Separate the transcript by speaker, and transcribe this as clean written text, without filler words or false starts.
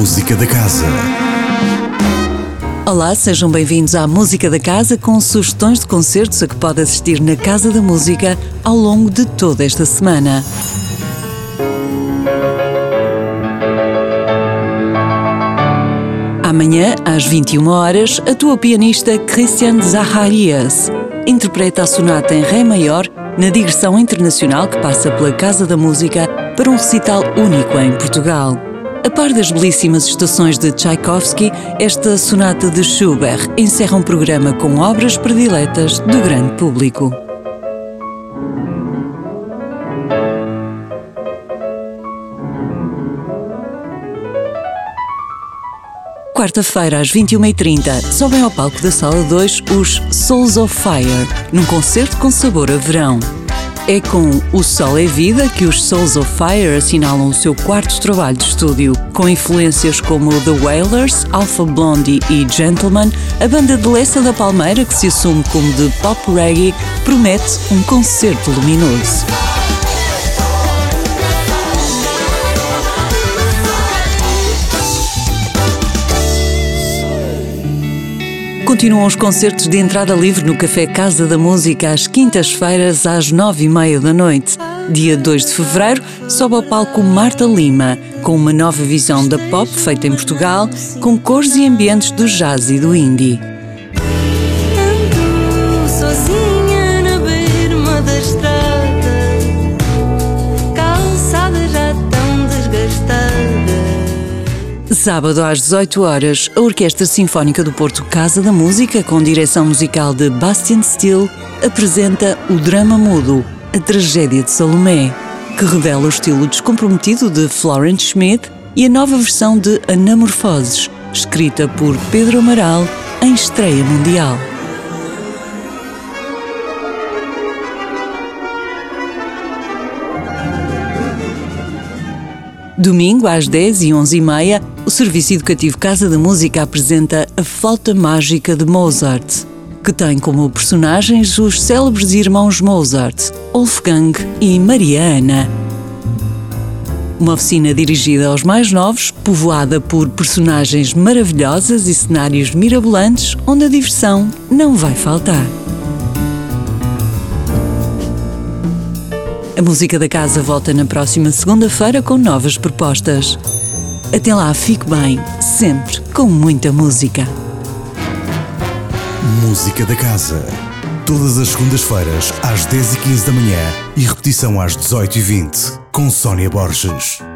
Speaker 1: Música da Casa.
Speaker 2: Olá, sejam bem-vindos à Música da Casa com sugestões de concertos a que pode assistir na Casa da Música ao longo de toda esta semana. Amanhã, às 21 horas, a tua pianista Christian Zacharias interpreta a sonata em Ré maior na digressão internacional que passa pela Casa da Música para um recital único em Portugal. A par das belíssimas estações de Tchaikovsky, esta sonata de Schubert encerra um programa com obras prediletas do grande público. Quarta-feira, às 21h30, sobem ao palco da Sala 2 os Souls of Fire, num concerto com sabor a verão. É com O Sol é Vida que os Souls of Fire assinalam o seu quarto trabalho de estúdio. Com influências como The Wailers, Alpha Blondy e Gentleman, a banda de Lessa da Palmeira, que se assume como de pop reggae, promete um concerto luminoso. Continuam os concertos de entrada livre no Café Casa da Música às quintas-feiras às 9h30 da noite. Dia 2 de fevereiro, sobe ao palco Marta Lima, com uma nova visão da pop feita em Portugal, com cores e ambientes do jazz e do indie.
Speaker 3: Ando sozinha na berma da estrada, calçada já tão desgastada.
Speaker 2: Sábado às 18 horas, a Orquestra Sinfónica do Porto Casa da Música, com direção musical de Bastian Steele, apresenta o drama mudo, A Tragédia de Salomé, que revela o estilo descomprometido de Florence Schmidt e a nova versão de Anamorfoses, escrita por Pedro Amaral, em estreia mundial. Domingo, às 10 e 11h30, o Serviço Educativo Casa da Música apresenta A Flauta Mágica de Mozart, que tem como personagens os célebres irmãos Mozart, Wolfgang e Maria Ana. Uma oficina dirigida aos mais novos, povoada por personagens maravilhosas e cenários mirabolantes, onde a diversão não vai faltar. A Música da Casa volta na próxima segunda-feira com novas propostas. Até lá, fique bem, sempre com muita música.
Speaker 1: Música da Casa. Todas as segundas-feiras às 10h15 da manhã e repetição às 18h20, com Sónia Borges.